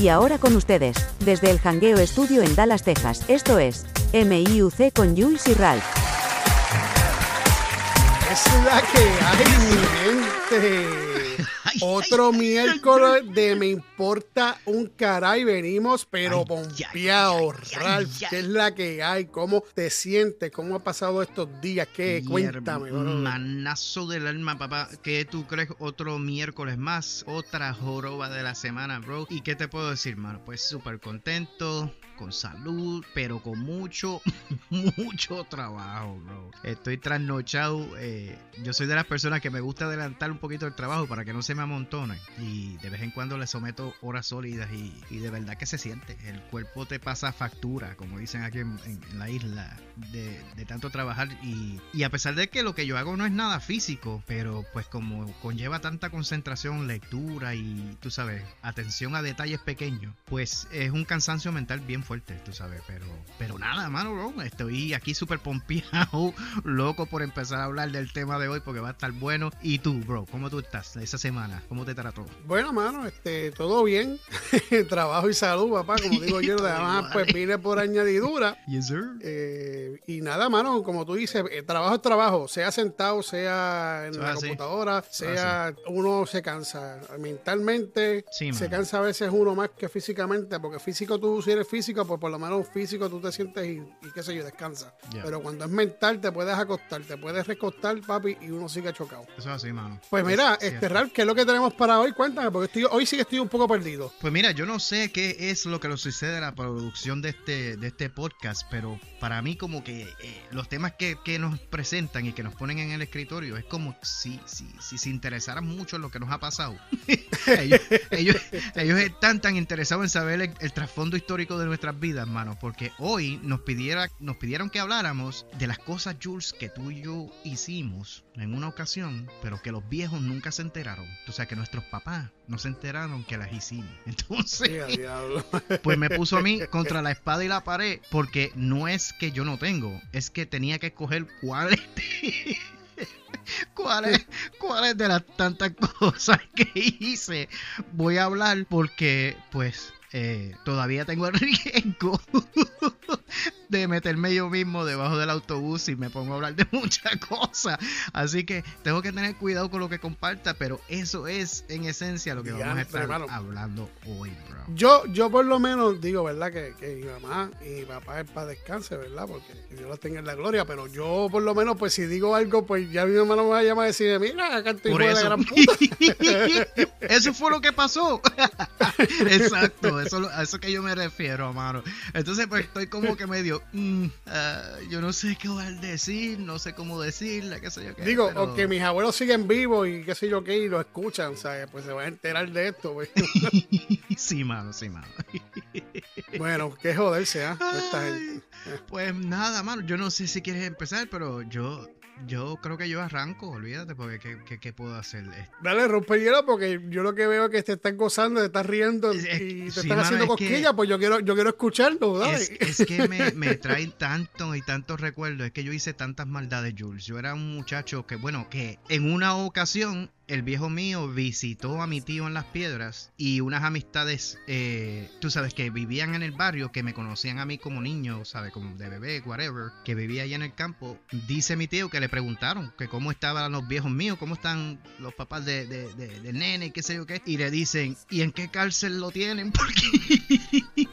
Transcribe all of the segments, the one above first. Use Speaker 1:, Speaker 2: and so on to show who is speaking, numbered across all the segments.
Speaker 1: Y ahora con ustedes, desde el Jangueo Estudio en Dallas, Texas, esto es MIUC con Jules y Ralph.
Speaker 2: Es la que hay, mi gente. Otro miércoles de Me Importa un Caray. Venimos, pero pompeados. Ralph, ¿qué es la que hay? ¿Cómo te sientes? ¿Cómo ha pasado estos días? ¿Qué? Cuéntame.
Speaker 3: Manazo del alma, papá. ¿Qué tú crees? Otro miércoles más, otra joroba de la semana, bro. ¿Y qué te puedo decir, mano? Pues súper contento, con salud, pero con mucho trabajo, bro. Estoy trasnochado. Yo soy de las personas que me gusta adelantar un poquito el trabajo para que no se me amontone. Y de vez en cuando le someto horas sólidas y de verdad que se siente. El cuerpo te pasa factura, como dicen aquí en la isla, de tanto trabajar. Y a pesar de que lo que yo hago no es nada físico, pero pues como conlleva tanta concentración, lectura y, tú sabes, atención a detalles pequeños, pues es un cansancio mental bien fuerte, tú sabes, pero nada, mano, bro, estoy aquí súper pompeado, loco por empezar a hablar del tema de hoy porque va a estar bueno. Y tú, bro, ¿cómo tú estás esa semana? ¿Cómo te trató?
Speaker 2: Bueno, mano, todo bien. Trabajo y salud, papá, como digo yo, además pues vine por añadidura.
Speaker 3: Yes, sir.
Speaker 2: Y nada, mano, como tú dices, trabajo es trabajo, sea sentado, sea en la computadora, sea uno se cansa mentalmente, sí, se cansa a veces uno más que físicamente, porque físico tú, si eres físico, pues por lo menos físico tú te sientes y qué sé yo, descansa. Yeah. Pero cuando es mental te puedes acostar, te puedes recostar, papi, y uno sigue chocado.
Speaker 3: Eso es así, mano.
Speaker 2: Pues mira, Ralph, ¿qué es lo que tenemos para hoy? Cuéntame, porque hoy sí que estoy un poco perdido.
Speaker 3: Pues mira, yo no sé qué es lo que nos sucede a la producción de este podcast, pero para mí como que los temas que nos presentan y que nos ponen en el escritorio es como si se interesaran mucho en lo que nos ha pasado. ellos están tan interesados en saber el trasfondo histórico de nuestras vidas, hermano, porque hoy nos pidieron que habláramos de las cosas, Jules, que tú y yo hicimos en una ocasión, pero que los viejos nunca se enteraron. O sea, que nuestros papás no se enteraron que las hicimos. Entonces, pues me puso a mí contra la espada y la pared, porque no es que yo no tengo, es que tenía que escoger cuáles de las tantas cosas que hice voy a hablar, porque pues todavía tengo el riesgo de meterme yo mismo debajo del autobús y me pongo a hablar de muchas cosas. Así que tengo que tener cuidado con lo que comparta, pero eso es en esencia lo que vamos a estar hablando hoy, bro.
Speaker 2: Yo por lo menos digo, ¿verdad? Que mi mamá y mi papá es para descanse, ¿verdad? Porque Dios los tenga en la gloria, pero yo por lo menos, pues si digo algo, pues ya mi mamá no me va a llamar a decir, mira, acá estoy fuera de la gran puta.
Speaker 3: Eso fue lo que pasó. Exacto, a eso que yo me refiero, mano. Entonces, pues estoy como que medio, yo no sé qué voy a decir, no sé cómo decirle, qué sé yo qué.
Speaker 2: Digo, pero... o que mis abuelos siguen vivos y qué sé yo qué, y lo escuchan, ¿sabes? Pues se van a enterar de esto, güey.
Speaker 3: Sí, mano.
Speaker 2: Bueno, qué joderse, ¿ah? Esta gente.
Speaker 3: Pues nada, mano, yo no sé si quieres empezar, pero yo creo que yo arranco, olvídate, porque ¿qué puedo hacer?
Speaker 2: Dale, rompe el hielo, porque yo lo que veo es que te están gozando, te estás riendo y te están haciendo cosquillas, pues yo quiero escucharlo, dale.
Speaker 3: Es que me traen tantos recuerdos, es que yo hice tantas maldades, Jules. Yo era un muchacho que en una ocasión el viejo mío visitó a mi tío en Las Piedras y unas amistades, tú sabes, que vivían en el barrio, que me conocían a mí como niño, ¿sabes? Como de bebé, whatever, que vivía allá en el campo. Dice mi tío que le preguntaron que cómo estaban los viejos míos, cómo están los papás de nene y qué sé yo qué. Y le dicen, ¿y en qué cárcel lo tienen? Porque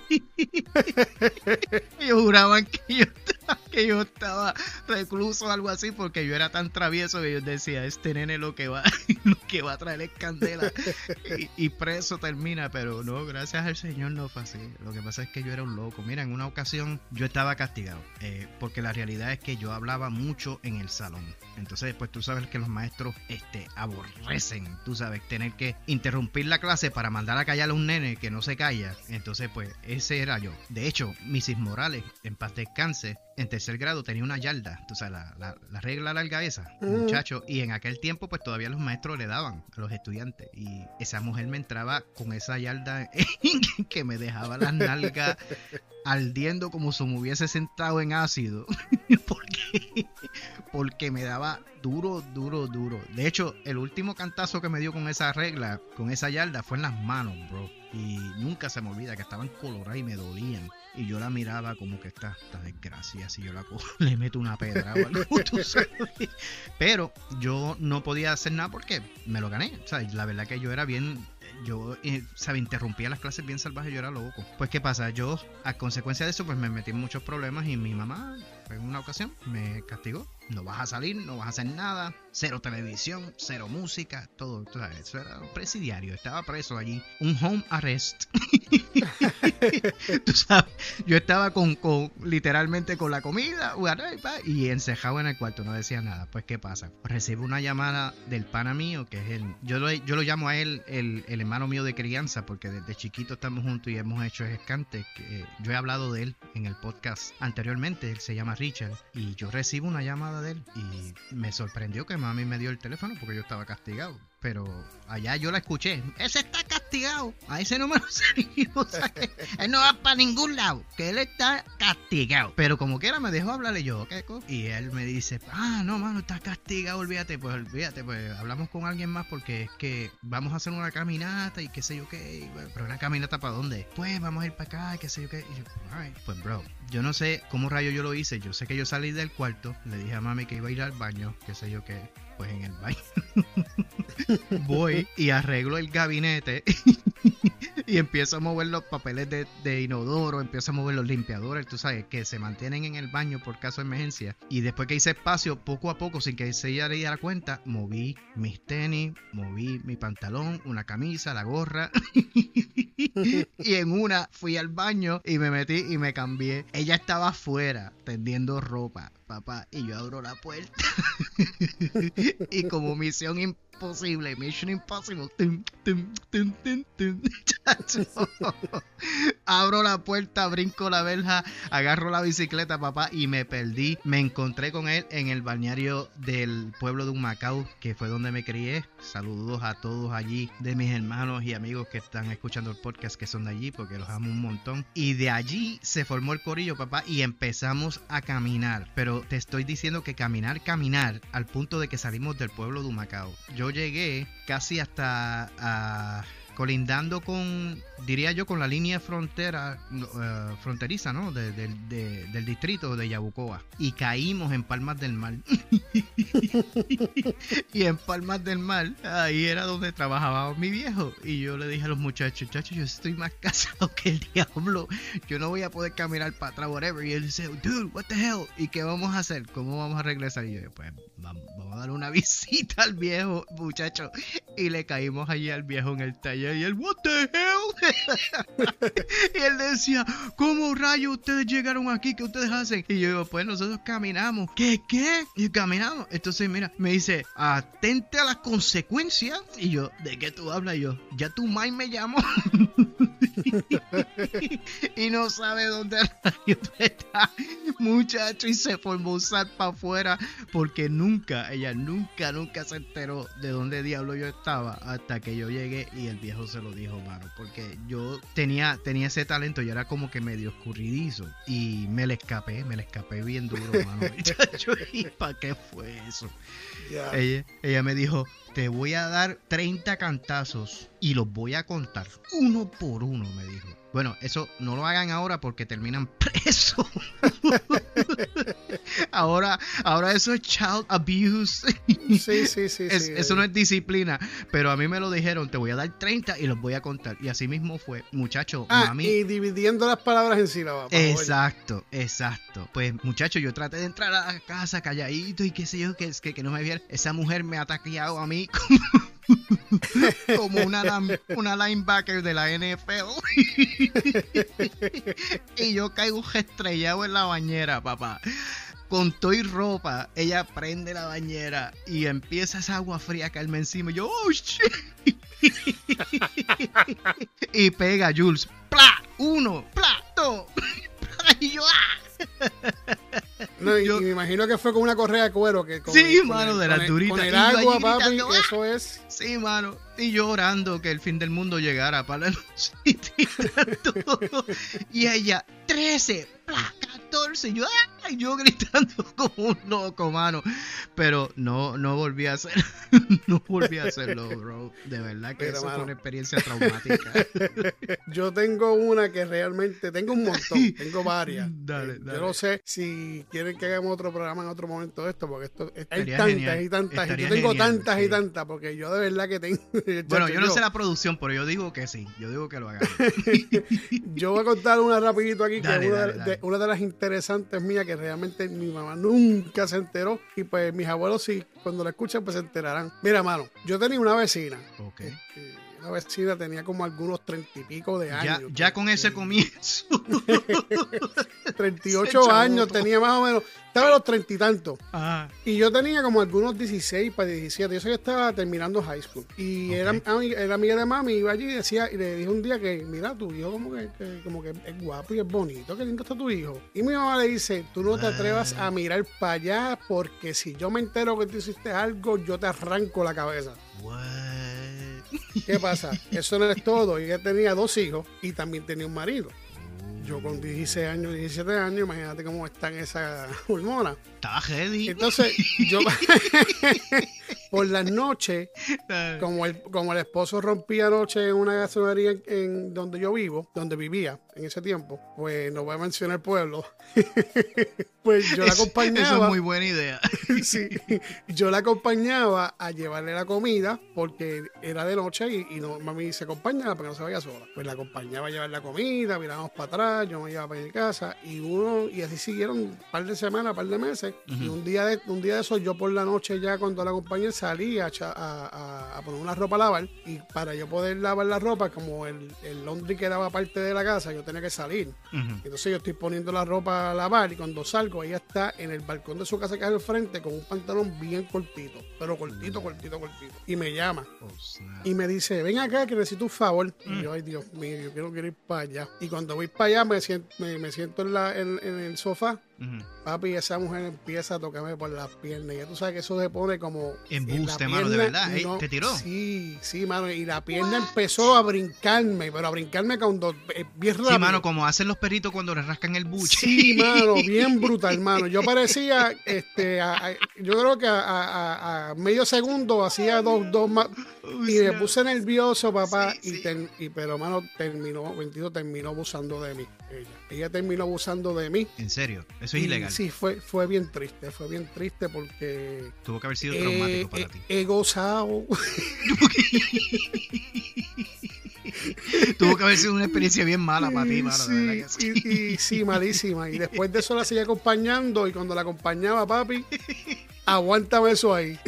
Speaker 3: ellos juraban que yo estaba recluso o algo así, porque yo era tan travieso que yo decía, este nene lo que va a traer es candela y preso termina. Pero no, gracias al Señor no fue así. Lo que pasa es que yo era un loco. Mira, en una ocasión yo estaba castigado porque la realidad es que yo hablaba mucho en el salón. Entonces, pues tú sabes que los maestros aborrecen, tú sabes, tener que interrumpir la clase para mandar a callar a un nene que no se calla. Entonces, pues ese era yo. De hecho, Mrs. Morales, en paz descanse, en tercer grado tenía una yarda, tú sabes, la regla larga esa, muchacho, y en aquel tiempo pues todavía los maestros le daban a los estudiantes, y esa mujer me entraba con esa yarda que me dejaba las nalgas ardiendo como si me hubiese sentado en ácido porque me daba duro. De hecho, el último cantazo que me dio con esa regla, con esa yarda, fue en las manos, bro. y nunca se me olvida que estaban coloradas y me dolían. Y yo la miraba como que esta desgracia, si yo la cojo, le meto una pedra o algo, tú sabes. Pero yo no podía hacer nada porque me lo gané. O sea, la verdad que yo era bien... Yo, interrumpía las clases bien salvajes, yo era loco. Pues, ¿qué pasa? Yo, a consecuencia de eso, pues me metí en muchos problemas y mi mamá, en una ocasión, me castigó. No vas a salir, no vas a hacer nada, cero televisión, cero música, todo. O sea, eso era un presidiario, estaba preso allí. Un home arrest. Tú sabes, yo estaba literalmente con la comida y encejado en el cuarto, no decía nada. Pues, ¿qué pasa? Recibo una llamada del pana mío, que es yo lo llamo a él el hermano mío de crianza, porque desde chiquito estamos juntos y hemos hecho escantes. Yo he hablado de él en el podcast anteriormente, él se llama Richard, y yo recibo una llamada de él y me sorprendió que mami me dio el teléfono porque yo estaba castigado. Pero allá yo la escuché. Ese está castigado. A ese no me lo seguimos. O sea, que él no va para ningún lado. Que él está castigado. Pero como quiera me dejó hablarle yo. ¿Qué? Y él me dice, no, mano, está castigado. Olvídate. Pues hablamos con alguien más porque es que vamos a hacer una caminata y qué sé yo qué. Pero una caminata ¿para dónde? Pues vamos a ir para acá y qué sé yo qué. Y yo, ay, pues bro, yo no sé cómo rayo yo lo hice. Yo sé que yo salí del cuarto. Le dije a mami que iba a ir al baño. Qué sé yo qué. Pues en el baño voy y arreglo el gabinete y empiezo a mover los papeles de inodoro, empiezo a mover los limpiadores, tú sabes, que se mantienen en el baño por caso de emergencia. Y después que hice espacio, poco a poco, sin que ella le diera cuenta, moví mis tenis, moví mi pantalón, una camisa, la gorra y en una fui al baño y me metí y me cambié. Ella estaba afuera tendiendo ropa, papá, y yo abro la puerta y como Mission Impossible, abro la puerta, brinco la verja, agarro la bicicleta, papá, y me perdí. Me encontré con él en el balneario del pueblo de Humacao, que fue donde me crié. Saludos a todos allí, de mis hermanos y amigos que están escuchando el podcast, que son de allí, porque los amo un montón. Y de allí se formó el corillo, papá, y empezamos a caminar. Pero te estoy diciendo que caminar, al punto de que salimos del pueblo de Humacao. Yo llegué casi hasta colindando con, diría yo, con la línea fronteriza, ¿no? Del distrito de Yabucoa. Y caímos en Palmas del Mar. Y en Palmas del Mar, ahí era donde trabajaba mi viejo. Y yo le dije a los muchachos, yo estoy más casado que el diablo. Yo no voy a poder caminar para atrás, whatever. Y él dice, dude, what the hell? ¿Y qué vamos a hacer? ¿Cómo vamos a regresar? Y yo, pues, vamos a dar una visita al viejo, muchacho. Y le caímos allí al viejo en el taller. Y él, what the hell? Y él decía, ¿cómo rayos ustedes llegaron aquí? ¿Qué ustedes hacen? Y yo digo, pues nosotros caminamos. ¿Qué? Y caminamos. Entonces, mira, me dice, atente a las consecuencias. Y yo, ¿de qué tú hablas? Y yo, ya tu mai me llamó. Y no sabe dónde está, muchacho, y se formó un sal para afuera porque ella nunca se enteró de dónde diablo yo estaba hasta que yo llegué y el viejo se lo dijo, mano, porque yo tenía ese talento, yo era como que medio escurridizo y me le escapé bien duro, mano, muchacho. ¿Y para qué fue eso? Yeah. Ella me dijo, te voy a dar 30 cantazos y los voy a contar uno por uno, me dijo. Bueno, eso no lo hagan ahora porque terminan presos. Ahora eso es child abuse. Sí. Eso no es disciplina. Pero a mí me lo dijeron, te voy a dar 30 y los voy a contar. Y así mismo fue, muchacho, mami.
Speaker 2: Y dividiendo las palabras en sílabas.
Speaker 3: Exacto. Pues, muchacho, yo traté de entrar a la casa calladito y qué sé yo, que no me viera. Esa mujer me ha ataqueado a mí como una linebacker de la NFL. Y yo caigo estrellado en la bañera, papá. Con todo y ropa, ella prende la bañera y empieza esa agua fría a caerme encima. Y yo, oh shit. Y pega Jules, ¡plá! 1, ¡plá! 2, ¡plá! Y yo,
Speaker 2: No, y me imagino que fue con una correa de cuero que
Speaker 3: mano, de las duritas.
Speaker 2: Con el agua, papi, eso es.
Speaker 3: Sí, mano. Y yo orando que el fin del mundo llegara para y ella, 13, 14. Y yo, Yo gritando como un loco, mano. Pero no volví a hacer. No volví a hacerlo, bro. De verdad que eso fue una experiencia traumática.
Speaker 2: Yo tengo una que realmente, tengo un montón, tengo varias.
Speaker 3: Dale.
Speaker 2: Yo no sé si quieren que hagamos otro programa en otro momento de esto, porque esto hay
Speaker 3: Estaría
Speaker 2: tantas
Speaker 3: genial.
Speaker 2: y tantas.
Speaker 3: Estaría
Speaker 2: Y yo tengo
Speaker 3: genial,
Speaker 2: tantas
Speaker 3: sí.
Speaker 2: y tantas, porque yo de verdad que tengo.
Speaker 3: Bueno, yo no sé la producción, pero yo digo que sí. Yo digo que lo hagamos.
Speaker 2: Yo voy a contar una rapidito aquí,
Speaker 3: Dale,
Speaker 2: que
Speaker 3: dale.
Speaker 2: una de las interesantes mías, que realmente mi mamá nunca se enteró, y pues mis abuelos sí, cuando la escuchan pues se enterarán. Mira, mano, yo tenía una vecina.
Speaker 3: Ok.
Speaker 2: Una vecina tenía como algunos 30 y pico de años.
Speaker 3: Ya con ese comienzo.
Speaker 2: 38 años tenía más o menos. Estaba a los 30 y tantos.
Speaker 3: Ajá.
Speaker 2: Y yo tenía como algunos 16 para 17. Yo estaba terminando high school. Y era amiga de mami. Iba allí y decía, y le dije un día que, mira, tu hijo como que es guapo y es bonito. Qué lindo está tu hijo. Y mi mamá le dice, tú no te atrevas a mirar para allá, porque si yo me entero que tú hiciste algo, yo te arranco la cabeza.
Speaker 3: What?
Speaker 2: ¿Qué pasa? Eso no es todo. Ella tenía 2 hijos y también tenía un marido. Yo con 16 años, 17 años, imagínate cómo están esas hormonas.
Speaker 3: Estaba heavy.
Speaker 2: Entonces, yo por las noches, como el esposo rompía anoche en una gasolinería en donde yo vivo, donde vivía en ese tiempo, pues no voy a mencionar el pueblo, pues yo la acompañaba.
Speaker 3: Eso es muy buena idea.
Speaker 2: Sí, yo la acompañaba a llevarle la comida porque era de noche y no, mami se acompañaba para que no se vaya sola. Pues la acompañaba a llevar la comida, mirábamos para atrás, yo me iba para mi casa y así siguieron un par de semanas, un par de meses. Uh-huh. Y un día de eso, yo por la noche ya cuando la acompañé salí a poner una ropa a lavar, y para yo poder lavar la ropa, como el laundry quedaba parte de la casa, yo tenía que salir. Uh-huh. Entonces yo estoy poniendo la ropa a lavar y cuando salgo ella está en el balcón de su casa que es al frente con un pantalón bien cortito, pero cortito. Y me llama y me dice, ven acá que necesito un favor. Y yo, ay Dios mío, yo quiero ir para allá. Y cuando voy para allá me siento en el sofá. Uh-huh. Papi, esa mujer empieza a tocarme por las piernas. Y ya tú sabes que eso se pone como
Speaker 3: embuste, mano, de verdad. No, ¿te tiró?
Speaker 2: Sí, mano. Y la pierna empezó a brincarme, pero a brincarme cuando bien rápido.
Speaker 3: Sí, mano, como hacen los perritos cuando les rascan el buche.
Speaker 2: Sí, mano, bien brutal, mano. Yo parecía, yo creo que a medio segundo hacía dos más. Y me puse nervioso, papá. Sí. Pero, mano, terminó abusando de mí. Ella terminó abusando de mí.
Speaker 3: ¿En serio? Eso es ilegal.
Speaker 2: Sí, fue bien triste porque...
Speaker 3: Tuvo que haber sido traumático para ti.
Speaker 2: He gozado.
Speaker 3: Tuvo que haber sido una experiencia bien mala para ti, mano.
Speaker 2: Sí, sí, malísima. Y después de eso la seguí acompañando, y cuando la acompañaba, papi, aguántame eso ahí.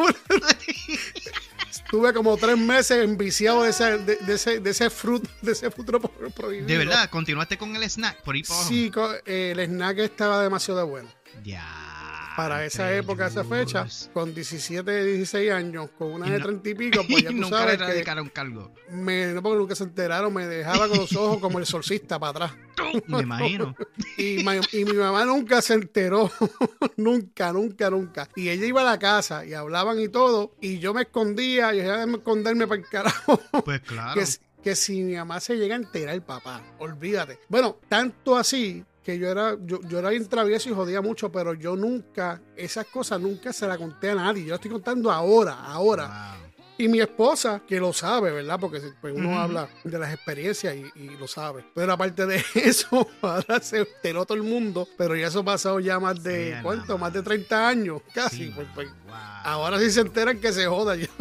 Speaker 2: Estuve como 3 meses enviciado de ese fruto prohibido.
Speaker 3: ¿De verdad? ¿Continuaste con el snack por ahí para abajo?
Speaker 2: Sí, el snack estaba demasiado bueno.
Speaker 3: Ya.
Speaker 2: Para esa época, esa fecha, con 17, 16 años, con una de 30 y pico, pues ya tú sabes que...
Speaker 3: un cargo.
Speaker 2: No, porque nunca se enteraron, me dejaba con los ojos como el solcista para atrás.
Speaker 3: Me imagino.
Speaker 2: Y mi mamá nunca se enteró. nunca. Y ella iba a la casa y hablaban y todo, y yo me escondía, y dejaba de esconderme para el carajo.
Speaker 3: Pues claro.
Speaker 2: Que si mi mamá se llega a enterar, papá, olvídate. Bueno, tanto así que yo era bien travieso y jodía mucho, pero yo nunca, esas cosas nunca se las conté a nadie. Yo las estoy contando ahora. Wow. Y mi esposa, que lo sabe, ¿verdad? Porque pues, uno habla de las experiencias y lo sabe. Pero aparte de eso, ahora se enteró todo el mundo. Pero ya eso ha pasado ya más de, ¿cuánto? Más de 30 años, casi. Sí, pues, wow. Ahora sí se enteran que se joda ya.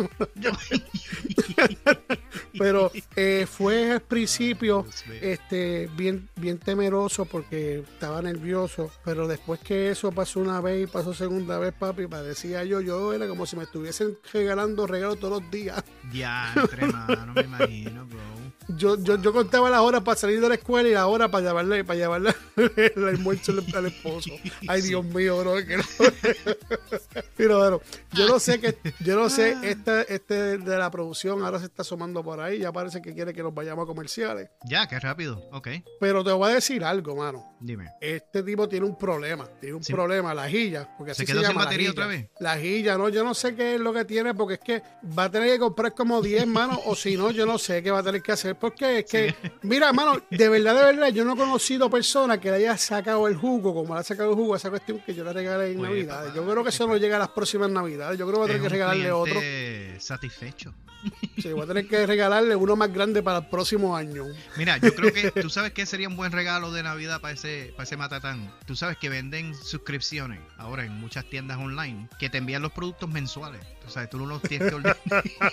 Speaker 2: Pero fue al principio bien temeroso porque estaba nervioso. Pero después que eso pasó una vez y pasó segunda vez, papi, parecía yo era como si me estuviesen regalando regalos todos los días.
Speaker 3: Ya, entre manos, no me imagino, bro.
Speaker 2: Yo contaba las horas para salir de la escuela y la hora para llevarle el almuerzo al esposo. Ay, Dios mío, bro. Que no. Pero bueno, yo no sé, este de la producción ahora se está asomando por ahí. Ya parece que quiere que nos vayamos a comerciales.
Speaker 3: Ya, qué rápido, ok.
Speaker 2: Pero te voy a decir algo, mano.
Speaker 3: Dime.
Speaker 2: Este tipo tiene un problema, la jilla. Porque así
Speaker 3: ¿Se quedó
Speaker 2: se
Speaker 3: sin
Speaker 2: llama,
Speaker 3: batería otra vez?
Speaker 2: La jilla, no, yo no sé qué es lo que tiene, porque es que va a tener que comprar como 10, mano, o si no, yo no sé qué va a tener que hacer, es porque es que, mira, mano, de verdad, yo no he conocido personas que le haya sacado el jugo, como le ha sacado el jugo a esa cuestión que yo le regalé en Navidad. Yo creo que eso no llega a las próximas Navidades. Yo creo que voy a tener que regalarle otro.
Speaker 3: Satisfecho.
Speaker 2: Sí, voy a tener que regalarle uno más grande para el próximo año.
Speaker 3: Mira, yo creo que, ¿tú sabes qué sería un buen regalo de Navidad para ese matatán? Tú sabes que venden suscripciones ahora en muchas tiendas online que te envían los productos mensuales. Tú sabes, tú no los tienes que ordenar.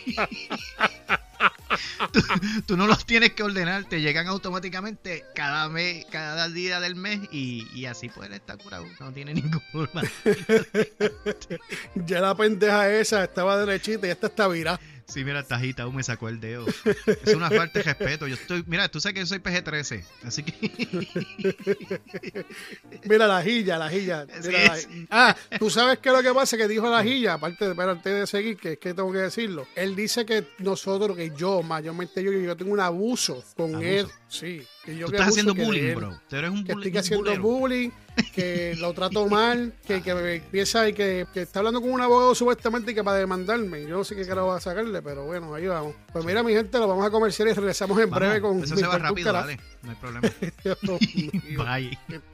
Speaker 3: Tú no los tienes que ordenar, te llegan automáticamente cada mes, cada día del mes y así pueden estar curados. No tiene ningún problema.
Speaker 2: Ya la pendeja esa estaba derechita y esta está virada.
Speaker 3: Sí, mira, tajita, aún me sacó el dedo. Es una falta de respeto. Mira, tú sabes que yo soy PG-13, así que...
Speaker 2: Mira, la jilla. Tú sabes qué es lo que pasa, que dijo la jilla, aparte de seguir, que es que tengo que decirlo. Él dice que nosotros, que yo, mayormente yo tengo un abuso con él. Sí. Que yo
Speaker 3: tú estás haciendo bullying, bro. Tú eres un
Speaker 2: que estoy haciendo bullying, que lo trato mal, que me empieza y que está hablando con un abogado supuestamente y que para demandarme. Yo no sé qué carajo va a sacarle, pero bueno, ahí vamos. Pues mira, mi gente, lo vamos a comerciar y regresamos en breve con...
Speaker 3: Eso se va rápido, dale. No hay problema. Bye.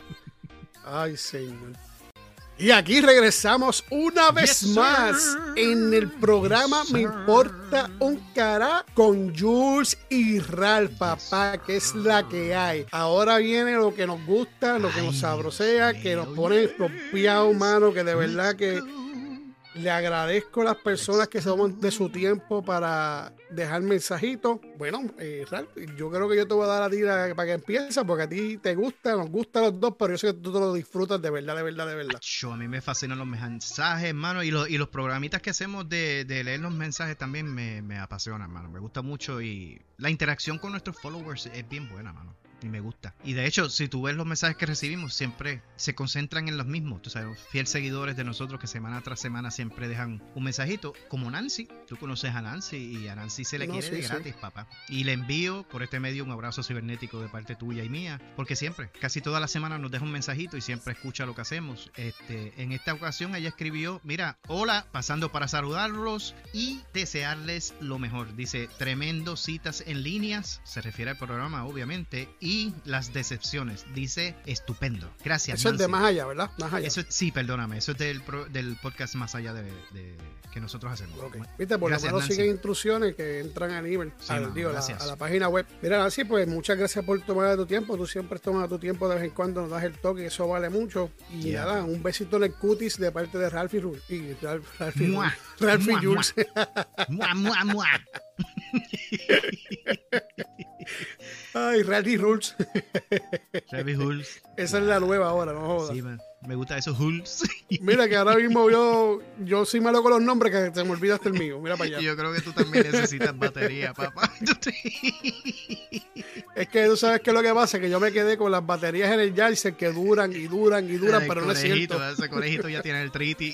Speaker 2: Ay, señor. Y aquí regresamos una vez más en el programa Me Importa un Cará con Jules y Ralph, papá, que es la que hay. Ahora viene lo que nos gusta, lo que nos sabrosea, que nos pone pompeados, mano, que de verdad que le agradezco a las personas que se toman de su tiempo para dejar mensajitos. Bueno, Ralph, yo creo que yo te voy a dar a ti para que empieces, porque a ti te gusta, nos gustan los dos, pero yo sé que tú te lo disfrutas de verdad.
Speaker 3: A mí me fascinan los mensajes, hermano, y los programitas que hacemos de leer los mensajes también me apasionan, hermano. Me gusta mucho y la interacción con nuestros followers es bien buena, hermano. Y me gusta. Y de hecho, si tú ves los mensajes que recibimos, siempre se concentran en los mismos. Tú sabes, fieles seguidores de nosotros que semana tras semana siempre dejan un mensajito. Como Nancy. Tú conoces a Nancy y a Nancy se le quiere de gratis, papá. Y le envío por este medio un abrazo cibernético de parte tuya y mía. Porque siempre, casi toda la semana nos deja un mensajito y siempre escucha lo que hacemos. En esta ocasión ella escribió, mira, hola, pasando para saludarlos y desearles lo mejor. Dice, tremendo citas en líneas. Se refiere al programa, obviamente. Y las decepciones, dice estupendo. Gracias,
Speaker 2: eso Nancy. Es de Más Allá, ¿verdad?
Speaker 3: Más Allá. Eso, sí, perdóname, eso es del podcast Más Allá de que nosotros hacemos.
Speaker 2: Okay. Viste, por lo menos siguen instrucciones que entran a nivel, sí, a la página web. Mira, Nancy, pues muchas gracias por tomar de tu tiempo. Tú siempre tomas tu tiempo de vez en cuando, nos das el toque, y eso vale mucho. Y nada, un besito en el cutis de parte de Ralph y Jules. Ralph y Jules. Ay, Ralph Rules. Esa es la nueva ahora, no jodas.
Speaker 3: Sí, man. Me gusta esos Hulks.
Speaker 2: Mira que ahora mismo yo soy malo con los nombres, que se me olvida hasta el mío. Mira para allá.
Speaker 3: Yo creo que tú también necesitas batería, papá.
Speaker 2: Es que tú sabes que lo que pasa es que yo me quedé con las baterías en el Jarcer que duran, pero no es cierto.
Speaker 3: Ese conejito ya tiene el triti.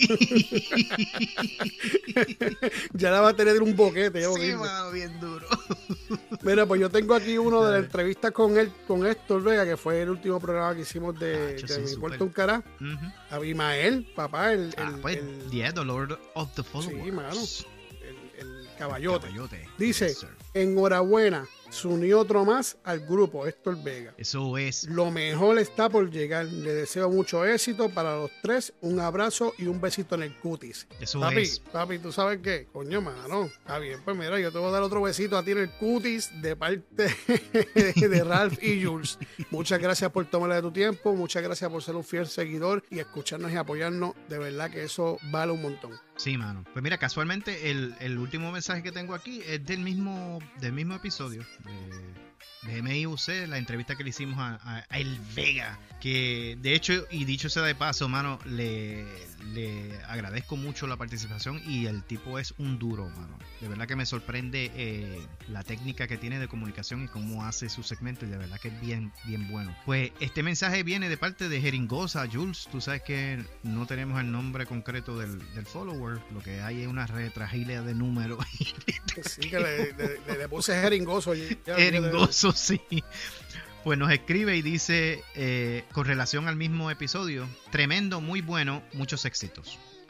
Speaker 2: Ya la batería tiene un boquete.
Speaker 3: Sí, mano, bien duro.
Speaker 2: Mira, pues yo tengo aquí uno de la entrevista con Héctor Vega, que fue el último programa que hicimos de Me Importa un Cará. Abimael, papá,
Speaker 3: The Lord of the Followers.
Speaker 2: Sí, mano, el caballote. Dice, enhorabuena, se unió otro más al grupo, Héctor Vega.
Speaker 3: Eso es.
Speaker 2: Lo mejor está por llegar. Le deseo mucho éxito para los tres. Un abrazo y un besito en el cutis.
Speaker 3: Eso
Speaker 2: Papi, ¿tú sabes qué? Coño, mano. Está bien, pues mira, yo te voy a dar otro besito a ti en el cutis de parte de Ralph y Jules. Muchas gracias por tomarle de tu tiempo. Muchas gracias por ser un fiel seguidor y escucharnos y apoyarnos. De verdad que eso vale un montón.
Speaker 3: Sí, mano. Pues mira, casualmente el último mensaje que tengo aquí es del mismo episodio de MIUC, la entrevista que le hicimos a El Vega, que de hecho, y dicho sea de paso, mano, le agradezco mucho la participación y el tipo es un duro, mano. De verdad que me sorprende la técnica que tiene de comunicación y cómo hace su segmento, y de verdad que es bien, bien bueno. Pues este mensaje viene de parte de Jeringosa. Jules, tú sabes que no tenemos el nombre concreto del follower, lo que hay es una retragilea de números.
Speaker 2: Sí, que le puse Jeringoso.
Speaker 3: Jeringoso, sí. Pues nos escribe y dice, con relación al mismo episodio, tremendo, muy bueno, muchos éxitos.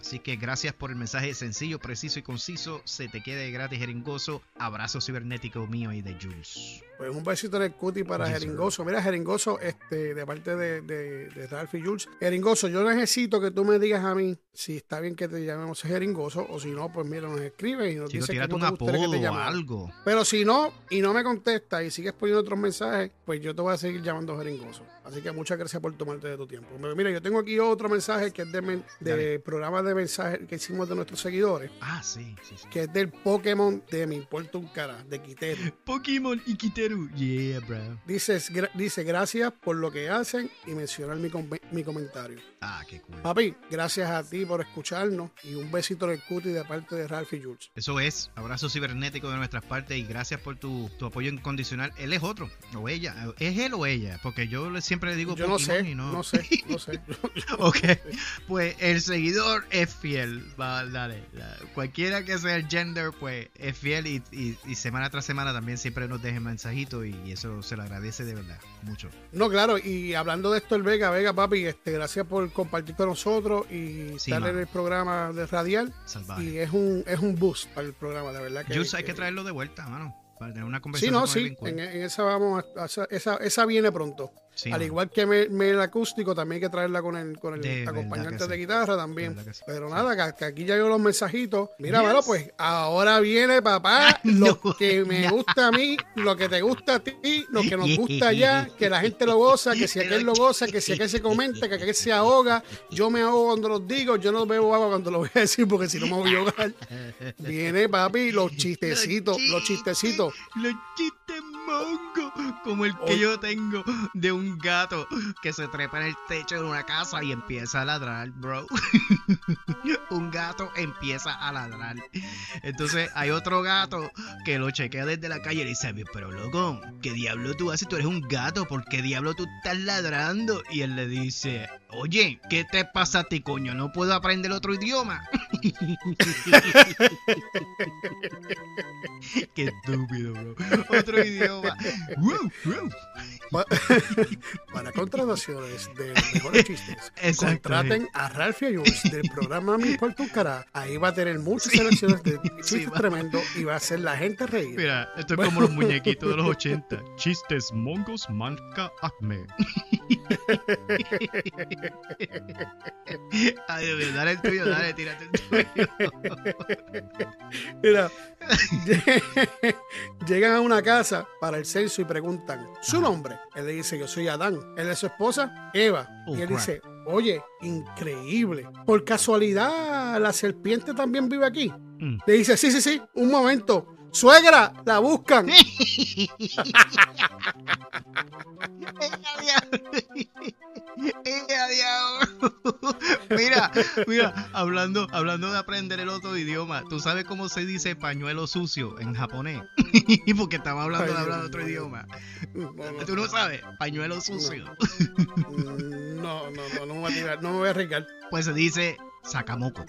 Speaker 3: Así que gracias por el mensaje sencillo, preciso y conciso. Se te quede gratis, Jeringoso. Abrazo cibernético mío y de Jules.
Speaker 2: Pues un besito en el cuti para Jeringoso. Mira, Jeringoso, de parte de Ralph y Jules. Jeringoso, yo necesito que tú me digas a mí si está bien que te llamemos Jeringoso, o si no, pues mira, nos escribe y nos dice cómo te gustaría que te llamemos.
Speaker 3: Algo.
Speaker 2: Pero si no, y no me contesta y sigues poniendo otros mensajes, pues yo te voy a seguir llamando Jeringoso. Así que muchas gracias por tomarte de tu tiempo. Pero mira, yo tengo aquí otro mensaje que es de programa de mensajes que hicimos de nuestros seguidores.
Speaker 3: Sí.
Speaker 2: Que es del Pokémon de Me Importa un Cara, de Kiteru.
Speaker 3: Pokémon y Kiteru. Yeah, bro.
Speaker 2: Dice gracias por lo que hacen y mencionar mi comentario.
Speaker 3: Qué cool.
Speaker 2: Papi, gracias a ti por escucharnos y un besito en el cuti de parte de Ralph y Jules.
Speaker 3: Eso es, abrazo cibernético de nuestras partes y gracias por tu apoyo incondicional. Él es otro, o ella, es él o ella, porque yo siempre le digo
Speaker 2: yo
Speaker 3: Pokémon
Speaker 2: no sé.
Speaker 3: Ok, pues el seguidor es fiel, dale. Cualquiera que sea el gender, pues es fiel y semana tras semana también siempre nos deja mensajitos y eso se lo agradece de verdad, mucho.
Speaker 2: No, claro, y hablando de esto, el Vega, papi, gracias por compartir con nosotros y estar en el programa de Radial.
Speaker 3: Salvaje.
Speaker 2: Y es un boost para el programa, de verdad.
Speaker 3: Jules, hay que traerlo de vuelta, mano, para tener una conversación.
Speaker 2: Sí, en esa vamos esa viene pronto.
Speaker 3: Sí,
Speaker 2: al igual que el acústico, también hay que traerla con el acompañante de guitarra también. Pero nada, que aquí ya llegó los mensajitos. Mira, bueno, pues ahora viene, papá, lo que me gusta a mí, lo que te gusta a ti, lo que nos gusta allá, que la gente lo goza, que si aquel lo goza, que si aquel se comenta, que aquel se ahoga. Yo me ahogo cuando los digo, yo no bebo agua cuando lo voy a decir porque si no me voy a ahogar. Viene, papi, los chistecitos.
Speaker 3: Los chistes mongo, como el que yo tengo de un gato que se trepa en el techo de una casa y empieza a ladrar, bro. Un gato empieza a ladrar. Entonces hay otro gato que lo chequea desde la calle y le dice, pero loco, ¿qué diablo tú haces? Tú eres un gato, ¿por qué diablo tú estás ladrando? Y él le dice, oye, ¿qué te pasa a ti, coño? ¿No puedo aprender otro idioma? Qué estúpido, bro. Otro idioma.
Speaker 2: Para contrataciones de los mejores chistes, contraten a Ralph y Jules del programa Me Importa un Cara. Ahí va a tener muchas selecciones de chistes tremendos y va a hacer la gente reír.
Speaker 3: Mira, esto es como los muñequitos de los 80. Chistes mongos marca Acme. Ay, Dios mío, dale el tuyo, dale, tírate el tuyo.
Speaker 2: Mira, llegan a una casa para el censo y preguntan su nombre. Él le dice, yo soy Adán. Él es su esposa, Eva. Y él dice, oye, increíble. Por casualidad, ¿la serpiente también vive aquí? Le dice, sí, un momento. Suegra, la buscan.
Speaker 3: Mira, hablando de aprender el otro idioma, ¿tú sabes cómo se dice pañuelo sucio en japonés? Porque estaba hablando de hablar otro idioma. ¿Tú no sabes? Pañuelo sucio.
Speaker 2: No me voy a tirar, no me voy a arriesgar.
Speaker 3: Pues se dice sacamoco.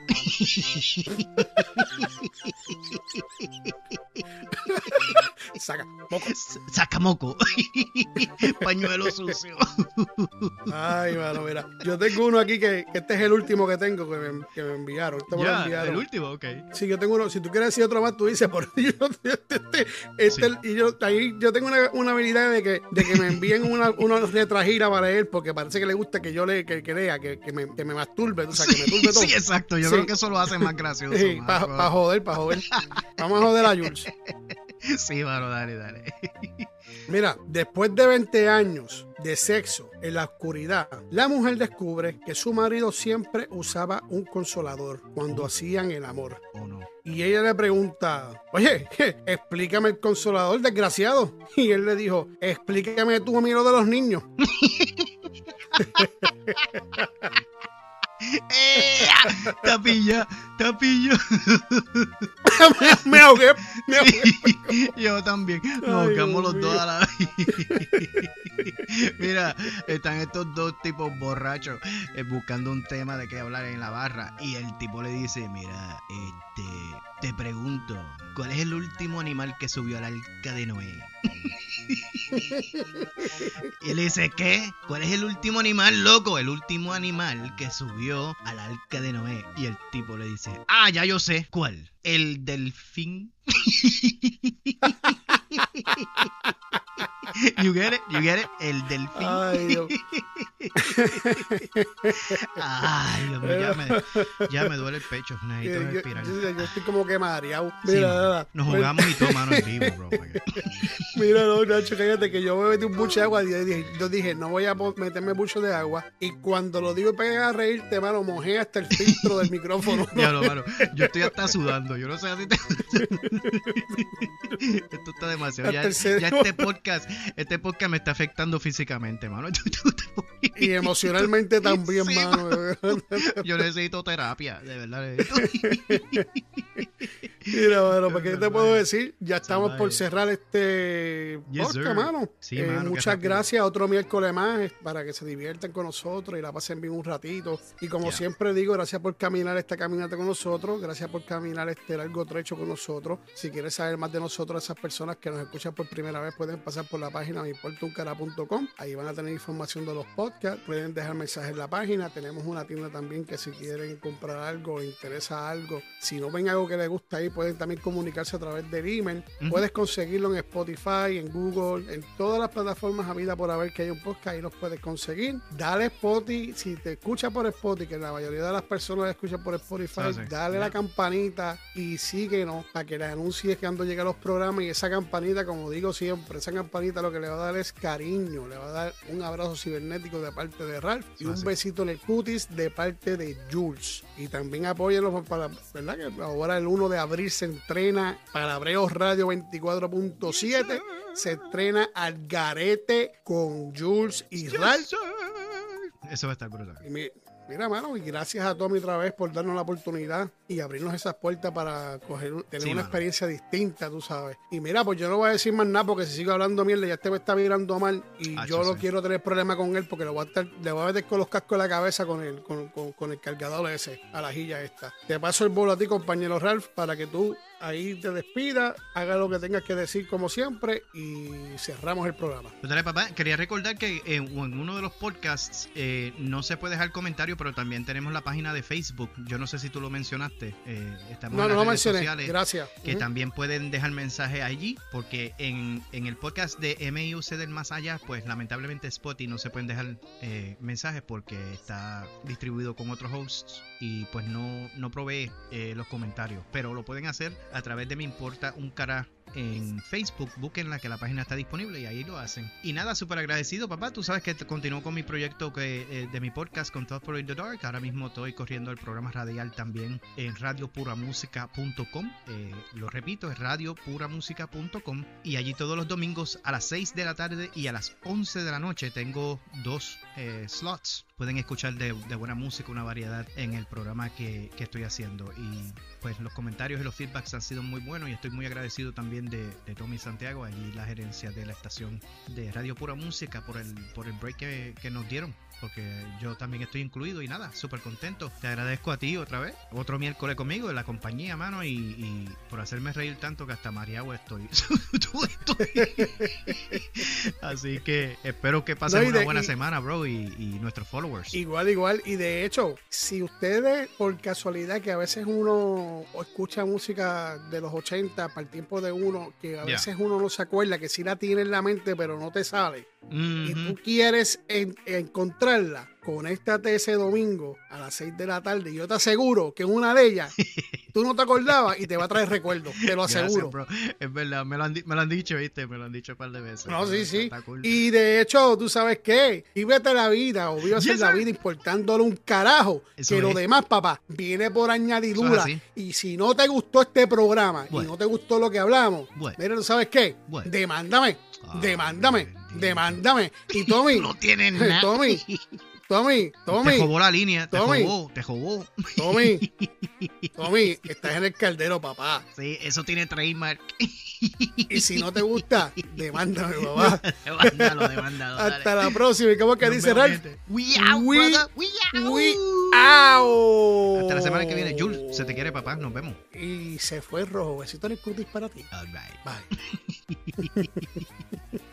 Speaker 3: Sacamoco. Pañuelo sucio.
Speaker 2: Ay, mano, mira. Yo tengo uno aquí que este es el último que tengo que me enviaron.
Speaker 3: El último, ok.
Speaker 2: Sí, yo tengo uno. Si tú quieres decir otro más, tú dices, por yo tengo una habilidad de que me envíen una retragira para él, porque parece que le gusta que yo lea, que me masturbe, o sea, que me turbe todo.
Speaker 3: Sí, exacto. Yo creo que eso lo hace más gracioso.
Speaker 2: Sí, para joder. Vamos a joder a Jules.
Speaker 3: Sí, mano, dale.
Speaker 2: Mira, después de 20 años de sexo en la oscuridad, la mujer descubre que su marido siempre usaba un consolador cuando hacían el amor.
Speaker 3: Oh, no.
Speaker 2: Y ella le pregunta, oye, explícame el consolador, desgraciado. Y él le dijo, explícame tú a mí lo de los niños.
Speaker 3: Tapilla.
Speaker 2: me ahogué.
Speaker 3: Yo también. Nos ahogamos los dos a la vez. Mira, están estos dos tipos borrachos buscando un tema de qué hablar en la barra. Y el tipo le dice, mira, te pregunto, ¿cuál es el último animal que subió al arca de Noé? Y él dice, ¿qué? ¿Cuál es el último animal, loco? El último animal que subió al arca de Noé. Y el tipo le dice, ya yo sé. ¿Cuál? El delfín. You get it? El delfín.
Speaker 2: Ay, Dios.
Speaker 3: Ay, Dios mío, ya me duele el pecho. Necesito respirar.
Speaker 2: Yo estoy como que mareado.
Speaker 3: Mira, nos jugamos y todo, mano, en vivo, bro.
Speaker 2: Mira, no, Nacho, cállate que yo me metí un buche de agua. Yo dije, no voy a meterme mucho de agua. Y cuando lo digo y pegué a reírte, mano, mojé hasta el filtro del micrófono.
Speaker 3: Diablo, mano, yo estoy hasta sudando. Yo no sé si te... Esto está demasiado. Ya este podcast me está afectando físicamente, mano.
Speaker 2: Y emocionalmente también, sí, mano.
Speaker 3: Yo necesito terapia, de verdad.
Speaker 2: Mira, mano, ¿para qué te puedo decir? Ya estamos por cerrar este podcast, mano.
Speaker 3: Sí, mano.
Speaker 2: Muchas gracias. Otro miércoles más para que se diviertan con nosotros y la pasen bien un ratito. Y como siempre digo, gracias por caminar esta caminata con nosotros. Gracias por caminar este largo trecho con nosotros. Si quieres saber más de nosotros, esas personas que nos escuchan por primera vez pueden pasar por la página meimportuncara.com. Ahí van a tener información de los podcasts. Pueden dejar mensajes en la página. Tenemos una tienda también que si quieren comprar algo, les interesa algo, si no ven algo que les gusta ahí, pueden también comunicarse a través del email. Puedes conseguirlo en Spotify, en Google, en todas las plataformas habidas por haber que hay un podcast, ahí los puedes conseguir. Dale Spotify, si te escucha por Spotify, que la mayoría de las personas escuchan por Spotify, dale la campanita y síguenos para que les anuncies que cuando lleguen los programas. Y esa campanita, como digo siempre, esa campanita lo que le va a dar es cariño, le va a dar un abrazo cibernético de parte de Ralph y un besito en el cutis de parte de Jules. Y también apóyenlos para, ¿verdad? Que ahora el 1 de abril se entrena Palabreos Radio 24.7, se entrena Al Garete con Jules y Ralph.
Speaker 3: Eso va a estar brutal.
Speaker 2: Mira, mano, y gracias a Tommy otra vez por darnos la oportunidad y abrirnos esas puertas para tener una experiencia distinta, tú sabes. Y mira, pues yo no voy a decir más nada porque si sigo hablando mierda, ya me está mirando mal y yo no quiero tener problemas con él porque le voy a meter con los cascos en la cabeza con el cargador ese, a la jilla esta. Te paso el bolo a ti, compañero Ralph, para que tú ahí te despidas, haga lo que tengas que decir como siempre y cerramos el programa.
Speaker 3: Pues dale, papá, quería recordar que en uno de los podcasts no se puede dejar comentario, pero también tenemos la página de Facebook. Yo no sé si tú lo mencionaste. Estamos en las redes sociales,
Speaker 2: gracias.
Speaker 3: Que también pueden dejar mensajes allí, porque en el podcast de MIUC del Más Allá, pues lamentablemente Spotify no se pueden dejar mensajes porque está distribuido con otros hosts y pues no provee los comentarios, pero lo pueden hacer a través de Me Importa un Cara en Facebook. Búsquenla, que la página está disponible y ahí lo hacen. Y nada, súper agradecido, papá. Tú sabes que continúo con mi proyecto de mi podcast con Thought for in the Dark. Ahora mismo estoy corriendo el programa radial también en radiopuramusica.com. Lo repito, es radiopuramusica.com. Y allí todos los domingos a las 6 de la tarde y a las 11 de la noche tengo 2 slots. Pueden escuchar de buena música, una variedad en el programa que estoy haciendo. Y pues los comentarios y los feedbacks han sido muy buenos y estoy muy agradecido también de Tommy Santiago, allí la gerencia de la estación de Radio Pura Música, por el break que nos dieron, porque yo también estoy incluido y nada, súper contento. Te agradezco a ti otra vez, otro miércoles conmigo en la compañía, mano, y por hacerme reír tanto que hasta mareado estoy. Así que espero que pasen una buena semana, bro, y nuestros followers.
Speaker 2: Igual, y de hecho, si ustedes por casualidad, que a veces uno escucha música de los 80 para el tiempo de uno, que a veces uno no se acuerda, que sí la tiene en la mente pero no te sale, y tú quieres encontrarla, conéctate ese domingo a las 6 de la tarde y yo te aseguro que una de ellas tú no te acordabas y te va a traer recuerdos, te lo aseguro.
Speaker 3: Gracias, bro. Es verdad, me lo han dicho, ¿viste? Me lo han dicho un par de veces.
Speaker 2: No, sí. Cool. Y de hecho, ¿tú sabes qué? Vívete la vida o vívase la vida importándole un carajo. Eso que lo demás, papá, viene por añadidura. Y si no te gustó este programa y no te gustó lo que hablamos, mira, ¿tú sabes qué? Demándame. Y Tommy,
Speaker 3: no tienes nada.
Speaker 2: Tommy.
Speaker 3: Te jodó la línea, te jodó.
Speaker 2: Tommy, estás en el caldero, papá.
Speaker 3: Sí, eso tiene trademark.
Speaker 2: Y si no te gusta, demándame, papá.
Speaker 3: Demándalo.
Speaker 2: Hasta la próxima. ¿Y cómo que dice Ralph?
Speaker 3: We out, brother. We out.
Speaker 2: ¡Chao!
Speaker 3: Hasta la semana que viene. Jules, se te quiere, papá. Nos vemos.
Speaker 2: Y se fue Rojo. Besito en el cutis para ti.
Speaker 3: All right.
Speaker 2: Bye.